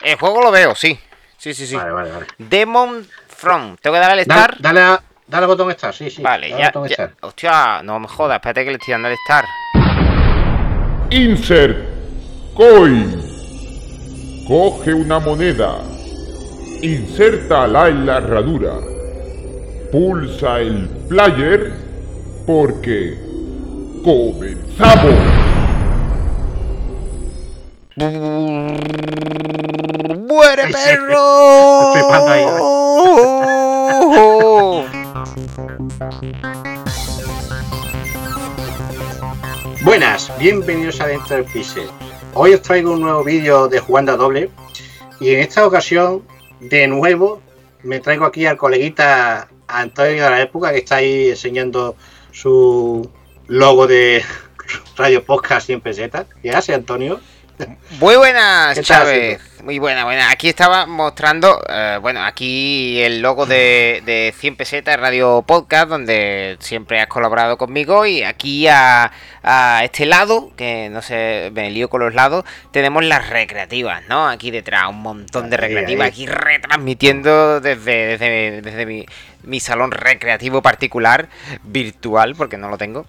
El juego lo veo, sí. Sí. Vale. Demon From. ¿Tengo que darle al Start? Dale al botón Start, sí. Vale, ya. Hostia, no me jodas, espérate que le estoy dando al Start. Insert Coin. Coge una moneda. Insértala en la herradura. Pulsa el player porque comenzamos. ¡Muere, perro! Estoy flipando ahí, Buenas, bienvenidos a Dentro del Pixel. Hoy os traigo un nuevo vídeo de Jugando a Doble. Y en esta ocasión, de nuevo, me traigo aquí al coleguita Antonio de la Época, que está ahí enseñando su logo de Radio Podcast 100 pesetas. ¿Qué hace, Antonio? Muy buenas, Chávez. Muy buena. Aquí estaba mostrando, aquí el logo de 100 pesetas Radio Podcast, donde siempre has colaborado conmigo. Y aquí a este lado, que no sé, me lío con los lados, tenemos las recreativas, ¿no? Aquí detrás, un montón de recreativas, aquí retransmitiendo desde mi salón recreativo particular, virtual, porque no lo tengo.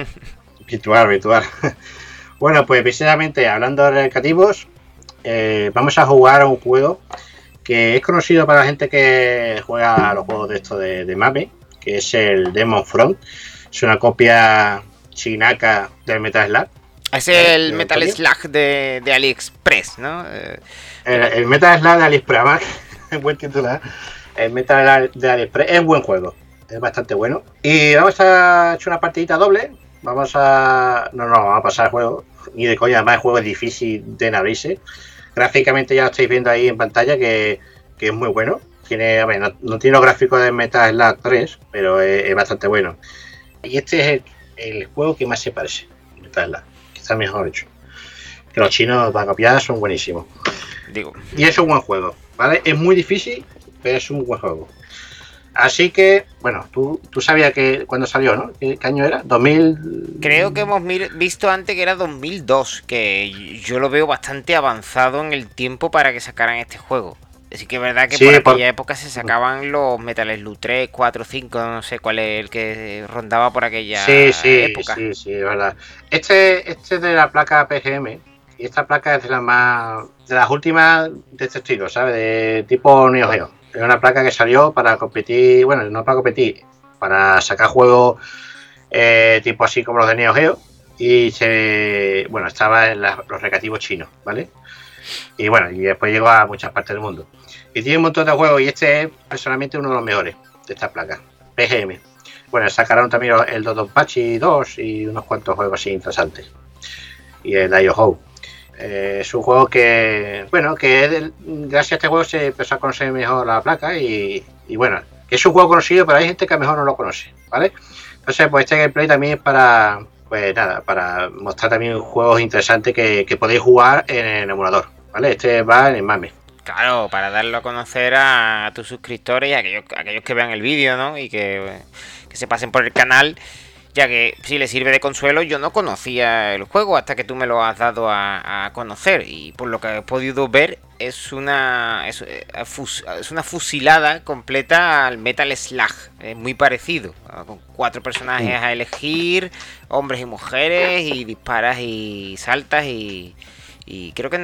Virtual. Bueno, pues precisamente hablando de recreativos, vamos a jugar a un juego que es conocido para la gente que juega a los juegos de estos de mame, que es el Demon Front. Es una copia chinaca del Metal Slug. Es el Metal Slug de AliExpress, ¿no? El Metal Slug de AliExpress, además, es buen titular. El Metal Slug de AliExpress es buen juego, es bastante bueno. Y vamos a echar una partidita doble. No vamos a pasar el juego, ni de coña, además el juego es difícil de narices. Gráficamente ya lo estáis viendo ahí en pantalla que es muy bueno. No tiene los gráficos de Metal Slug 3, pero es bastante bueno. Y este es el juego que más se parece a Metal Slug, que está mejor hecho. Que los chinos para copiar son buenísimos. Y es un buen juego, ¿vale? Es muy difícil, pero es un buen juego. Así que, bueno, tú sabías que cuando salió, ¿no? ¿Qué año era? 2000... Creo que hemos visto antes que era 2002, que yo lo veo bastante avanzado en el tiempo para que sacaran este juego. Así que es verdad que por aquella época se sacaban los Metal Slug 3, 4, 5, no sé cuál es el que rondaba por aquella época. Sí, es verdad. Este es de la placa PGM, y esta placa es de las últimas de este estilo, ¿sabes? De tipo Neo Geo. Es una placa que salió para competir, bueno, no para competir, para sacar juegos tipo así como los de Neo Geo. Y estaba en los recreativos chinos, ¿vale? Y bueno, y después llegó a muchas partes del mundo. Y tiene un montón de juegos y este es personalmente uno de los mejores de esta placa, PGM. Bueno, sacaron también el Dodonpachi 2 y unos cuantos juegos así interesantes. Y el Dio-Ho. Es un juego que gracias a este juego se empezó a conocer mejor la placa y bueno, que es un juego conocido, pero hay gente que a lo mejor no lo conoce, ¿vale? Entonces, pues este gameplay también es para mostrar también juegos interesantes que podéis jugar en el emulador, ¿vale? Este va en el MAME. Claro, para darlo a conocer a tus suscriptores y a aquellos que vean el vídeo, ¿no? Y que se pasen por el canal. Ya que si le sirve de consuelo, yo no conocía el juego hasta que tú me lo has dado a conocer. Y por lo que he podido ver, es una fusilada completa al Metal Slug. Es muy parecido. Con 4 personajes a elegir, hombres y mujeres, y disparas y saltas y creo que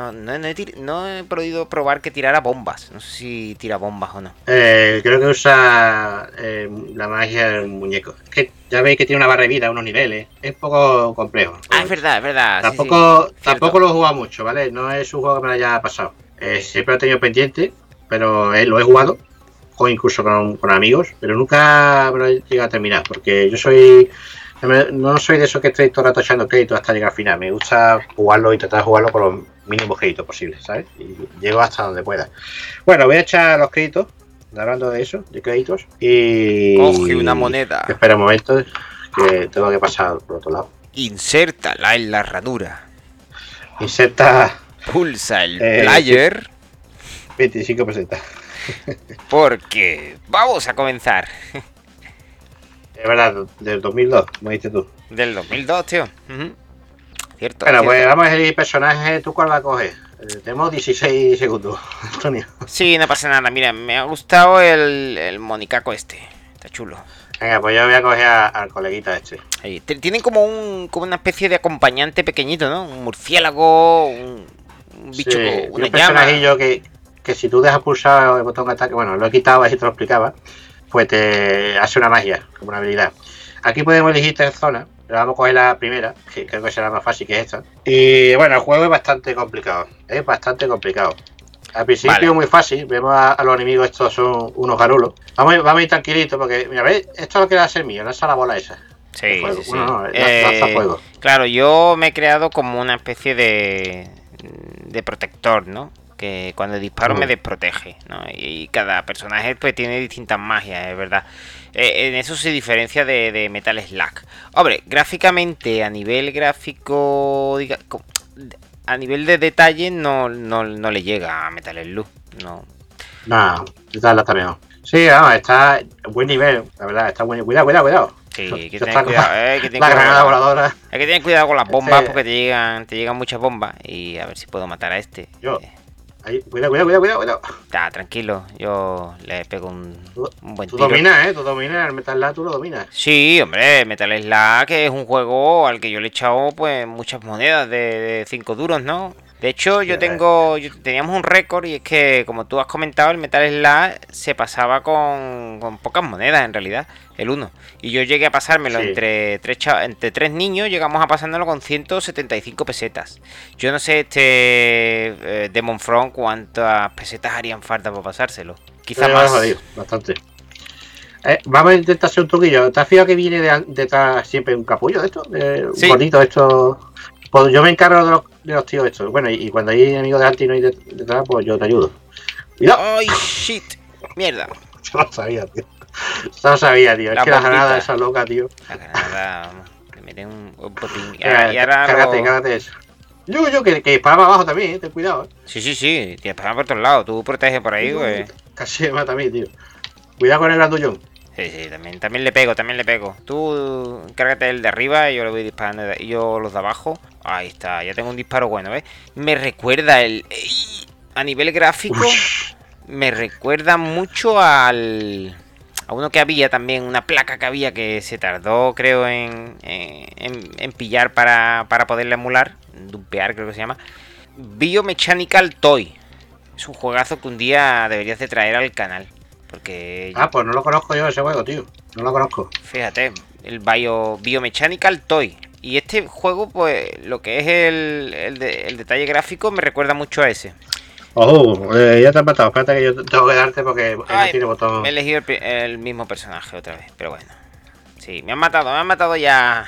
no he podido probar que tirara bombas. No sé si tira bombas o no. Creo que usa la magia del muñeco. Es que ya veis que tiene una barra de vida, unos niveles. Es un poco complejo. Es verdad. Tampoco lo he jugado mucho, ¿vale? No es un juego que me haya pasado. Siempre lo he tenido pendiente, pero lo he jugado. O incluso con amigos, pero nunca me lo he llegado a terminar. Porque yo no soy de esos que estoy todo el rato echando crédito hasta llegar al final. Me gusta jugarlo y tratar de jugarlo con los mínimos créditos posibles, ¿sabes? Y llego hasta donde pueda. Bueno, voy a echar los créditos, hablando de eso, de créditos. Y... Coge una moneda. Espera un momento, que tengo que pasar por otro lado. Insértala en la herradura. Pulsa el player. 25 pesetas. Porque vamos a comenzar. Es verdad, del 2002, como dices tú. Del 2002, tío. Cierto. Bueno, pues vamos a elegir personaje. ¿Tú cuál vas a coger? Tenemos 16 segundos, Antonio. Sí, no pasa nada. Mira, me ha gustado el monicaco este. Está chulo. Venga, pues yo voy a coger al coleguita este. Ahí. Tienen como una especie de acompañante pequeñito, ¿no? Un murciélago, un bicho, Sí, una un llama. personajillo que si tú dejas pulsar el botón de ataque, bueno, lo he quitado así te lo explicaba, pues te hace una magia, como una habilidad. Aquí podemos elegir 3 zonas, pero vamos a coger la primera, que creo que será más fácil que esta. Y bueno, el juego es bastante complicado, Al principio Vale. muy fácil, vemos a los enemigos, estos son unos garulos. Vamos a ir tranquilitos porque, mira, ¿ves? Esto es lo que va a ser mío, lanza la bola esa. Sí, Fuego. sí, sí. Bueno, no, lanza fuego. Claro, yo me he creado como una especie de protector, ¿no? Que cuando disparo me desprotege, ¿no? Y cada personaje pues tiene distintas magias, es verdad. En eso se diferencia de Metal Slug. Hombre, gráficamente, a nivel gráfico, a nivel de detalle no le llega a Metal Slug, no. No, está mejor. Sí, vamos, está a buen nivel, la verdad, está buen. Cuidado. Sí, hay que Esto tener está cuidado, con hay que tener la cuidado. granada voladora. Hay que tener cuidado con las bombas Este- porque te llegan muchas bombas. Y a ver si puedo matar a este. Yo. Ahí, cuidado. Tranquilo, yo le pego un buen Tú tiro. dominas, tú dominas, el Metal Slug tú lo dominas. Sí, hombre, Metal Slug que es un juego al que yo le he echado pues muchas monedas de 5 duros, ¿no? De hecho, teníamos un récord y es que, como tú has comentado, el Metal Slug se pasaba con pocas monedas en realidad, el 1. Y yo llegué a pasármelo Sí. entre 3 niños, llegamos a pasárnoslo con 175 pesetas. Yo no sé Demon Front cuántas pesetas harían falta para pasárselo. Quizá Pero más. jodido, bastante. Vamos a intentar hacer un truquillo. ¿Te has fijado que viene detrás siempre un capullo de esto? Sí. Un bonito esto. Pues yo me encargo de los tíos estos. Bueno, y cuando hay enemigos delante y no hay detrás, pues yo te ayudo. Cuidado. ¡Ay, shit! Mierda. Yo lo sabía, tío. Yo lo sabía, tío. La Es que la bombita. granada esa loca, tío. La granada, vamos, le meten un potín. Y Venga, ahora Cárgate eso. Yo, que disparaba abajo también, ten cuidado, Sí, tienes para por todos lados. Tú protege por ahí, güey. Casi me mata a mí, tío. Cuidado con el grandullón. Sí, también le pego. Tú encárgate el de arriba y yo le voy disparando. Y yo los de abajo. Ahí está, ya tengo un disparo bueno, ¿ves? Me recuerda a nivel gráfico, me recuerda mucho a uno que había también, una placa que había que se tardó, creo, en pillar para poderla emular. Dumpear, creo que se llama. Biomechanical Toy. Es un juegazo que un día deberías de traer al canal. Porque, Pues no lo conozco yo ese juego, tío. No lo conozco. fíjate, el Biomechanical Toy. Y este juego, pues, lo que es el detalle gráfico me recuerda mucho a ese. Ya te has matado. Espérate que yo tengo que darte porque él no Ay, tiene botón. Me he elegido el mismo personaje otra vez, pero bueno. Sí, me han matado ya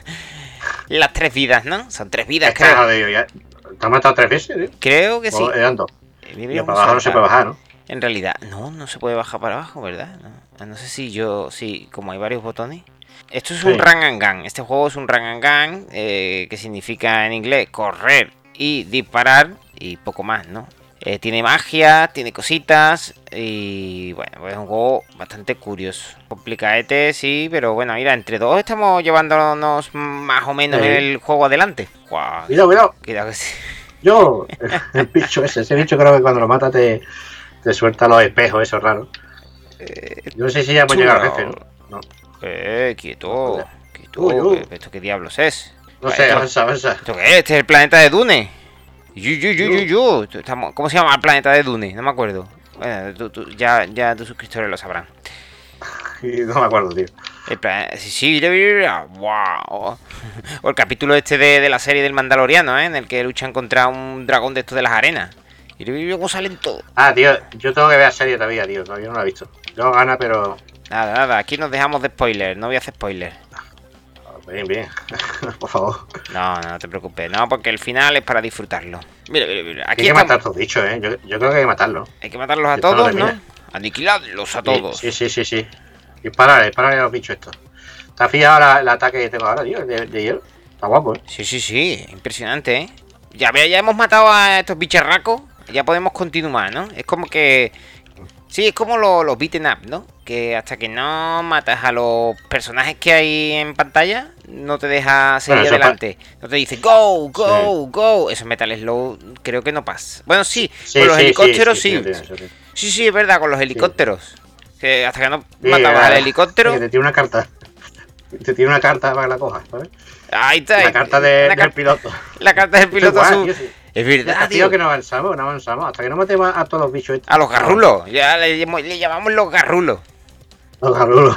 las 3 vidas, ¿no? Son 3 vidas, Está creo. jodido, ya. Te has matado 3 veces, tío. Creo que sí. Eran 2. Y Deberíamos para abajo no se saltar. puede bajar, ¿no? En realidad, no se puede bajar para abajo, ¿verdad? No sé si como hay varios botones. Esto es un Sí. run and gun. Este juego es un run and gun, que significa en inglés correr y disparar y poco más, ¿no? Tiene magia, tiene cositas y bueno, pues es un juego bastante curioso. Complicadete, sí, pero bueno, mira, entre dos estamos llevándonos más o menos Sí. el juego adelante. Guau, Cuidado. cuidado que sí. Yo, el bicho ese bicho creo que cuando lo mata te suelta los espejos, esos raros. Yo no sé si ya hemos llegado al jefe, ¿no? Quieto. Uy. ¿Esto qué diablos es? No sé, Esto- avanza. ¿Esto qué es? Este es el planeta de Dune. ¿Cómo se llama el planeta de Dune? No me acuerdo. Bueno, ya tus suscriptores lo sabrán. No me acuerdo, tío. Sí, wow. O el capítulo este de la serie del Mandaloriano, en el que luchan contra un dragón de estos de las arenas. Y luego salen todos. Tío, yo tengo que ver la serie todavía, tío. Todavía no la he visto. Tengo ganas, pero. Nada, aquí nos dejamos de spoiler. No voy a hacer spoiler. Bien. Por favor. No te preocupes. No, porque el final es para disfrutarlo. Mira. Hay Aquí que estamos. matar a estos bichos, Yo creo que hay que matarlos. Hay que matarlos a Esto no todos, ¿no? termina. Aniquiladlos a todos. Sí. Disparale a los bichos estos. ¿Te has fijado el ataque que tengo ahora, tío? De hielo. Está guapo, Sí. Impresionante, ¿eh? Ya hemos matado a estos bicharracos. Ya podemos continuar, ¿no? Es como que Sí, es como los beaten up, ¿no? Que hasta que no matas a los personajes que hay en pantalla, no te deja seguir Bueno, eso adelante. No te dice go, go, Sí. go. Eso en Metal Slug creo que no pasa. Bueno, sí, Sí, con los sí, helicópteros sí, sí. sí, sí, sí. Sí, sí, es verdad, con los helicópteros. Que hasta que no Sí, matabas al helicóptero. que te tiene una carta. Te tiene una carta para que la cojas, ¿sabes? Ahí está. La carta la del car- piloto. La carta del piloto Guay, azul. tío, sí. Es verdad, Tío, tío. que no avanzamos. Hasta que no matemos a todos los bichos estos. A los garrulos. Ya le llamamos los garrulos. Los garrulos.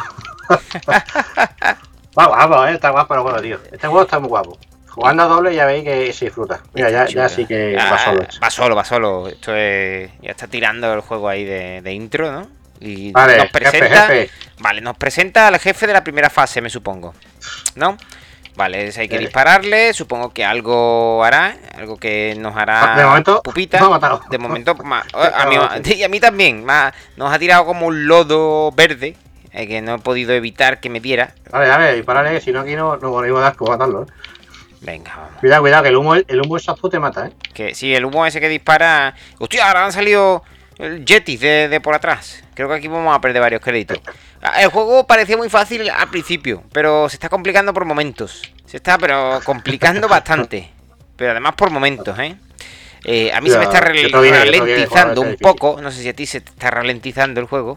Va guapo, está guapo el juego, tío. Este juego está muy guapo. Jugando a doble ya veis que se disfruta. Mira, ya sí que va solo. Va solo. Esto es. Ya está tirando el juego ahí de intro, ¿no? Y Vale, nos presenta. jefe. Vale, nos presenta al jefe de la primera fase, me supongo. ¿No? Vale, hay que Sí. dispararle. Supongo que algo hará. Algo que nos hará. De momento, pupita. me ha matado. De momento, y a mí también. Nos ha tirado como un lodo verde. Que no he podido evitar que me diera. Dale, disparale, que si no aquí no morimos de asco matarlo. Venga, vamos. Cuidado, que el humo ese azul te mata, ¿eh? Que sí, el humo ese que dispara. Hostia, ahora han salido jetis de por atrás. Creo que aquí vamos a perder varios créditos. El juego parecía muy fácil al principio, pero se está complicando por momentos. Se está, pero complicando bastante. Pero además por momentos, ¿eh? A mí se me está ralentizando un poco. No sé si a ti se te está ralentizando el juego.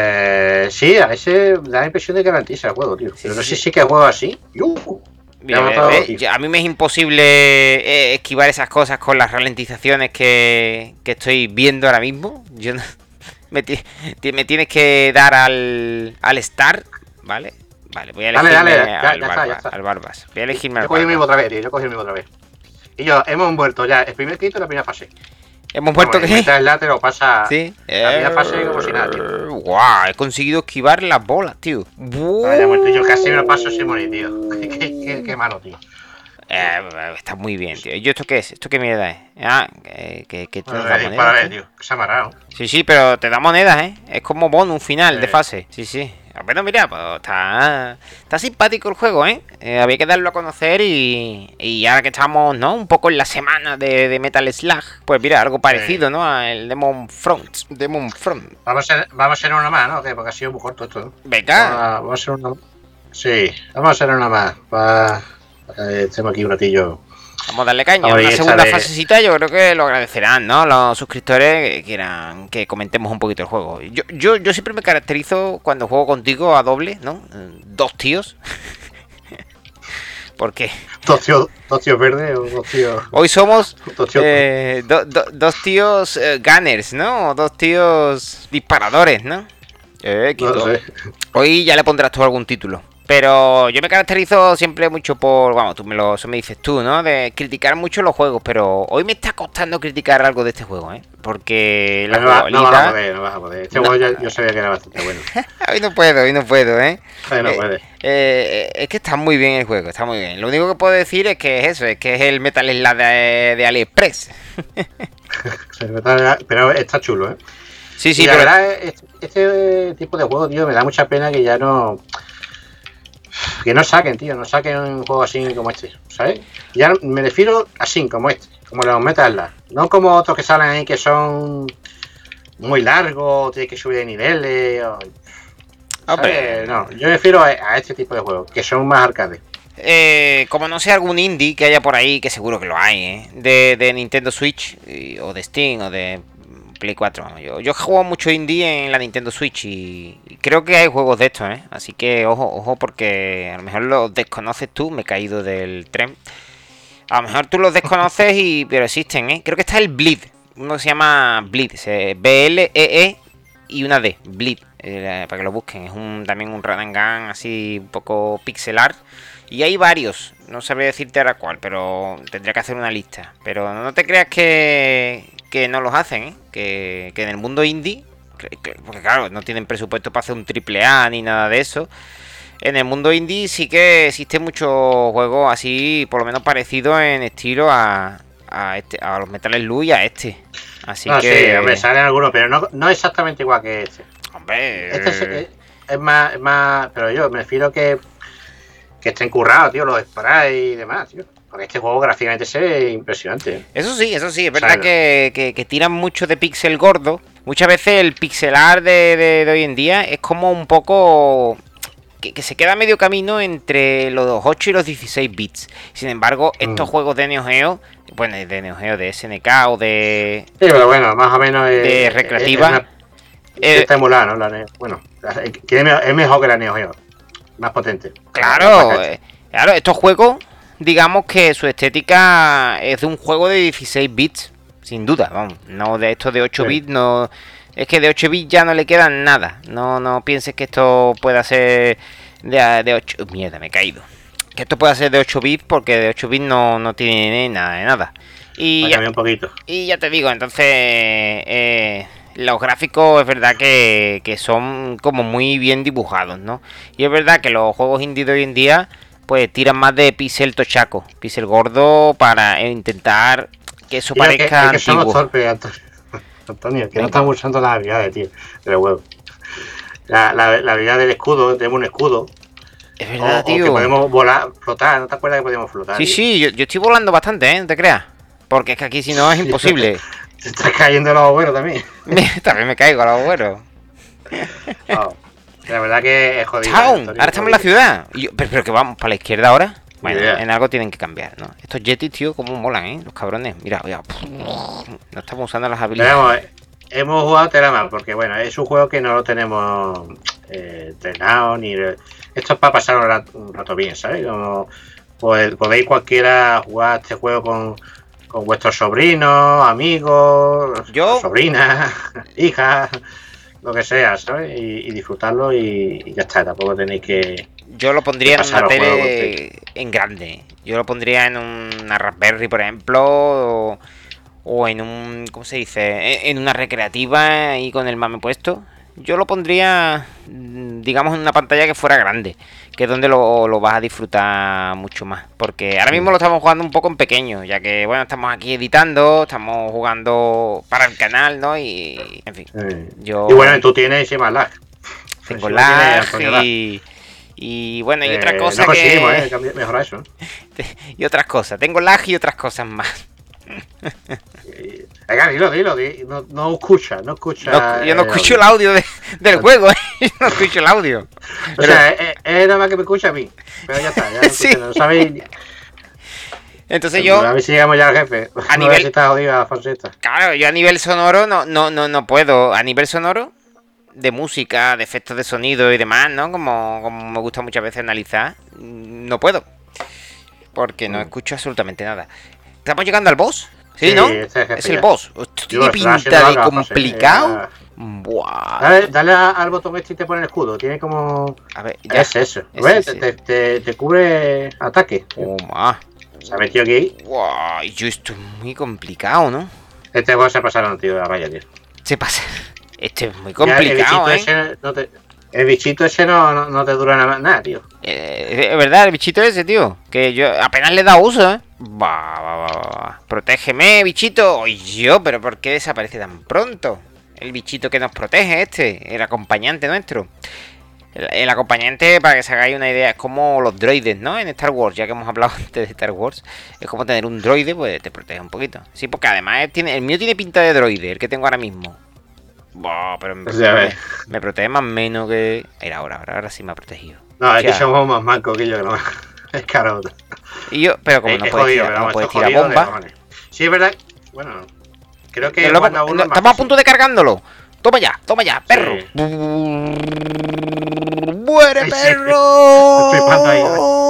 Sí, a veces da la impresión de que ralentiza el juego, tío. Pero no sé si que el juego así. Mira, a mí me es imposible esquivar esas cosas con las ralentizaciones que estoy viendo ahora mismo. Yo no, me tienes que dar al start, ¿vale? Vale, voy a elegirme al Barbas. Voy a elegirme al Yo cogí el Barbas. mismo otra vez, tío. Yo cogí el mismo otra vez. Y yo, hemos vuelto ya el primer quinto y la primera fase. ¿Hemos vuelto qué? El látero pasa Sí. la primera fase como si nada, tío. Guau, he conseguido esquivar las bolas, tío. Vaya muerto, yo casi me lo paso sin morir, tío. Qué malo, tío. Está muy bien, tío. ¿Yo esto qué es? ¿Esto qué mierda es? Ah, que te da Para moneda. ver, tío. Se ha amarrado. Sí, pero te da monedas, ¿eh? Es como bonus final Sí. de fase. Sí. Bueno, mira, pues está simpático el juego, ¿eh? Había que darlo a conocer y ahora que estamos, ¿no? Un poco en la semana de Metal Slug, pues mira, algo parecido, ¿no? Al Demon Front. Vamos a ser una más, ¿no? Porque ha sido muy corto esto, ¿no? Venga. Vamos a ser una más. Sí, vamos a ser una más. Para que estemos aquí un ratillo. Vamos a darle caña. Vamos a Una ir segunda esta de- fasecita yo creo que lo agradecerán, ¿no? Los suscriptores que quieran que comentemos un poquito el juego. Yo siempre me caracterizo cuando juego contigo a doble, ¿no? Dos tíos. ¿Por qué? Dos tíos verdes o dos tíos. Hoy somos Dos tíos. dos tíos gunners, ¿no? O dos tíos disparadores, ¿no? Quito. No sé. Hoy ya le pondrás tú algún título. Pero yo me caracterizo siempre mucho por, vamos, eso me dices tú, ¿no? De criticar mucho los juegos, pero hoy me está costando criticar algo de este juego, ¿eh? Porque la No vas a jugabilidad... poder, no vas a poder. Este juego yo sabía que era bastante bueno. Hoy no puedo, ¿eh? No puede. Es que está muy bien el juego, está muy bien. Lo único que puedo decir es que es eso, es que es el Metal Slug de AliExpress. Pero está chulo, ¿eh? Sí, Y la pero... verdad, este tipo de juego, tío, me da mucha pena que ya no. Que no saquen, tío, no saquen un juego así como este, ¿sabes? Ya me refiero así, como este, como los Metal Slug. No como otros que salen ahí que son muy largos, tienes que subir de niveles. Hombre, no, yo me refiero a este tipo de juegos, que son más arcades. Como no sé algún indie que haya por ahí, que seguro que lo hay, ¿eh? De Nintendo Switch, o de Steam, o de Play 4. Vamos, yo juego mucho indie en la Nintendo Switch y creo que hay juegos de estos, ¿eh? Así que ojo, porque a lo mejor los desconoces tú, me he caído del tren. A lo mejor tú los desconoces, pero existen, ¿eh? Creo que está el Bleed, uno que se llama Bleed, B-L-E-E y una D, Bleed, para que lo busquen. Es también un run and gun así un poco pixelar. Y hay varios, no sabría decirte ahora cuál, pero tendría que hacer una lista. Pero no te creas que no los hacen, ¿eh? Que en el mundo indie, porque claro, no tienen presupuesto para hacer un triple A ni nada de eso. En el mundo indie sí que existe mucho juego así, por lo menos parecido en estilo a los Metal Slug y a este. Así que... Sí, hombre, salen algunos, pero no exactamente igual que este. Hombre... Este es más, pero yo me refiero que estén currados, tío, los sprites y demás, tío. Porque este juego gráficamente se ve impresionante. Eso sí, es verdad que tiran mucho de pixel gordo, muchas veces el pixelar de hoy en día es como un poco... Que se queda a medio camino entre los 8 y los 16 bits. Sin embargo, estos juegos de Neo Geo, bueno, de Neo Geo, de SNK o de... Sí, pero bueno, más o menos... de recreativa. Está emulada, ¿no? Bueno, es mejor que la Neo Geo. Más potente. Claro, claro, estos juegos, digamos que su estética es de un juego de 16 bits, sin duda, vamos. No de estos de 8 bits, no... Es que de 8 bits ya no le queda nada. No pienses que esto pueda ser de 8... Mierda, me he caído. Que esto pueda ser de 8 bits porque de 8 bits no tiene nada de nada. Y ya, un poquito. Y ya te digo, entonces... los gráficos es verdad que son como muy bien dibujados, ¿no? Y es verdad que los juegos indie de hoy en día pues tiran más de pixel tochaco, pixel gordo para intentar que eso parezca que somos antiguo. Torpes, Antonio, que no estamos usando las habilidades, tío, del juego. La habilidad del escudo, tenemos un escudo. Es verdad, tío. O que podemos volar, flotar, ¿no te acuerdas que podíamos flotar? Sí, sí, yo estoy volando bastante, ¿eh? No te creas. Porque es que aquí si no es imposible. Te estás cayendo los abuelos también. También me caigo a los abuelos. Oh, la verdad que es jodido. Town, ahora estamos en la ciudad. Pero que vamos para la izquierda ahora. Bueno, Yeah. en algo tienen que cambiar, ¿no? Estos jetis, tío, como molan, ¿eh? Los cabrones. Mira, ya. No estamos usando las habilidades. Pero hemos jugado Terama porque, bueno, es un juego que no lo tenemos entrenado ni... Esto es para pasar un rato bien, ¿sabes? Como podéis cualquiera jugar este juego con vuestros sobrinos, amigos, Yo- sobrinas, hijas, lo que sea, ¿sabes? Y disfrutarlo y ya está, tampoco tenéis que... Yo lo pondría en pasar una los juegos, tele en grande. Yo lo pondría en una Raspberry, por ejemplo, o en un... ¿Cómo se dice? En una recreativa y con el mame puesto. Yo lo pondría, digamos, en una pantalla que fuera grande, que es donde lo vas a disfrutar mucho más. Porque ahora mismo lo estamos jugando un poco en pequeño, ya que, bueno, estamos aquí editando, estamos jugando para el canal, ¿no? Y, en fin, yo... Y bueno, tú tienes más lag. Tengo Si no lag tienes, Antonio, lag. y bueno, y otra cosa no conseguimos, que... mejorar eso. Y otras cosas, tengo lag y otras cosas más. Venga, dilo, no escucha. Yo no escucho el audio del juego, yo no escucho el audio. O sea, es nada más que me escucha a mí. Pero ya está, ya no Sí. escucha, no sabéis. Entonces yo, A ver si llegamos ya al jefe. A No nivel- ver si está jodida la falseta. claro, yo a nivel sonoro no puedo. A nivel sonoro, de música, de efectos de sonido y demás, ¿no? Como me gusta muchas veces analizar, no puedo. Porque no escucho absolutamente nada. ¿Estamos llegando al boss? ¿Sí, Sí, no? este es el jefe Es el ya. boss. Esto tiene Digo, está pinta haciendo de la fase, complicado. Buah. Dale al botón este y te pone el escudo. Tiene como. A ver, ya. Es eso. Ese, ¿Ves? sí. Te cubre ataque. Toma. Se ha metido aquí. Buah, yo esto es muy complicado, ¿no? Este juego se pasaron, tío, de la raya, tío. Se pasa. Este es muy Ya, complicado, ¿eh? El bichito ese no te dura nada, tío. Es verdad, el bichito ese, tío. Que yo apenas le he dado uso, ¿eh? Va. Protégeme, bichito. Oye, yo, pero ¿por qué desaparece tan pronto? El bichito que nos protege, el acompañante nuestro. El acompañante, para que se hagáis una idea, es como los droides, ¿no? En Star Wars, ya que hemos hablado antes de Star Wars. Es como tener un droide, pues te protege un poquito. Sí, porque además el mío tiene pinta de droide, el que tengo ahora mismo. Buah, pero Ya ves. me protege más o menos que... Mira, ahora sí me ha protegido. No, aquí Hostia. somos más mancos que yo, que no. Es caro. Y yo, pero como no Es puedes jodido, tirar, pero no vamos, puedes esto es tirar jodido de bomba. cojones. Sí, es verdad. Bueno, creo que Pero cuando uno es más estamos a punto de cargándolo. Toma ya, perro. Sí. ¡Muere, Sí, sí. perro! Estoy flipando ahí,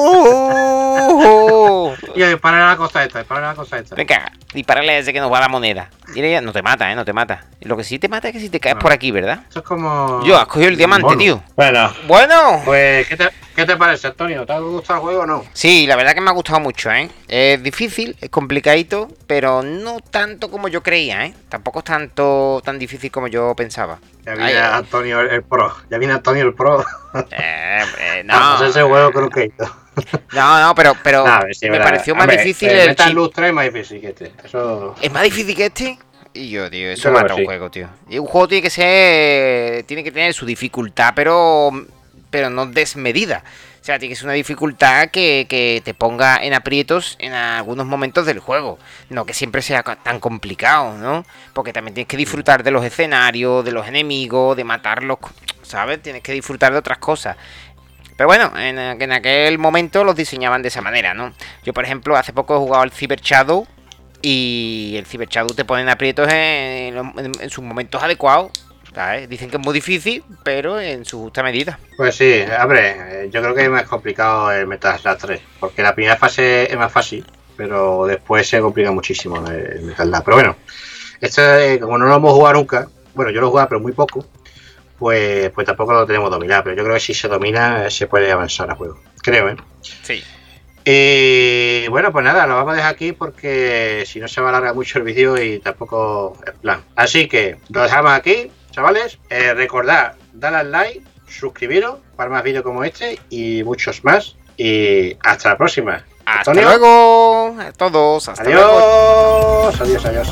Y dispara a la cosa esta. Venga, disparale a ese que nos va a la moneda. Dile ya, no te mata, no te mata. Lo que sí te mata es que si te caes No. por aquí, ¿verdad? Esto es como. Yo, has cogido el diamante, Bueno. tío. Bueno, Bueno. pues, ¿qué te parece, Antonio? ¿Te ha gustado el juego o no? Sí, la verdad que me ha gustado mucho, ¿eh? Es difícil, es complicadito, pero no tanto como yo creía, ¿eh? Tampoco es tan difícil como yo pensaba. Ya viene Ay, Antonio el Pro. Ya viene Antonio el Pro. No, Pues ese juego creo que. no, pero Nah, a ver, sí, me verdad. pareció más Hombre, difícil el Metal chip. Slug 3 es más difícil que este. Eso. ¿Es más difícil que este? Y yo, tío, eso Yo creo mata que un sí. juego, tío. Y un juego tiene que ser... Tiene que tener su dificultad, pero no desmedida. sea, tiene que ser una dificultad que te ponga en aprietos en algunos momentos del juego. No que siempre sea tan complicado, ¿no? Porque también tienes que disfrutar de los escenarios, de los enemigos, de matarlos, ¿sabes? Tienes que disfrutar de otras cosas. Pero bueno, en aquel momento los diseñaban de esa manera, ¿no? Yo, por ejemplo, hace poco he jugado al Cyber Shadow y el Cyber Shadow te pone en aprietos en sus momentos adecuados. ¿Sabes? Dicen que es muy difícil, pero en su justa medida. Pues sí, hombre, yo creo que es más complicado el Metal Slug 3, porque la primera fase es más fácil, pero después se complica muchísimo el Metal Slug. Pero bueno, esto como no lo hemos jugado nunca, bueno, yo lo he jugado pero muy poco, pues tampoco lo tenemos dominado, pero yo creo que si se domina se puede avanzar al juego, creo, ¿eh? Sí. Y bueno, pues nada, lo vamos a dejar aquí porque si no se va a alargar mucho el vídeo y tampoco el plan. Así que lo dejamos aquí, chavales. Recordad, darle al like, suscribiros para más vídeos como este y muchos más. Y hasta la próxima. Hasta Antonio, luego a todos. Hasta luego. Adiós, adiós.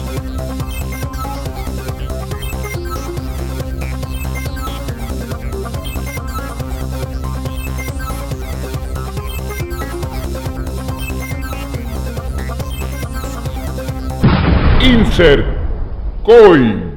Insert coin.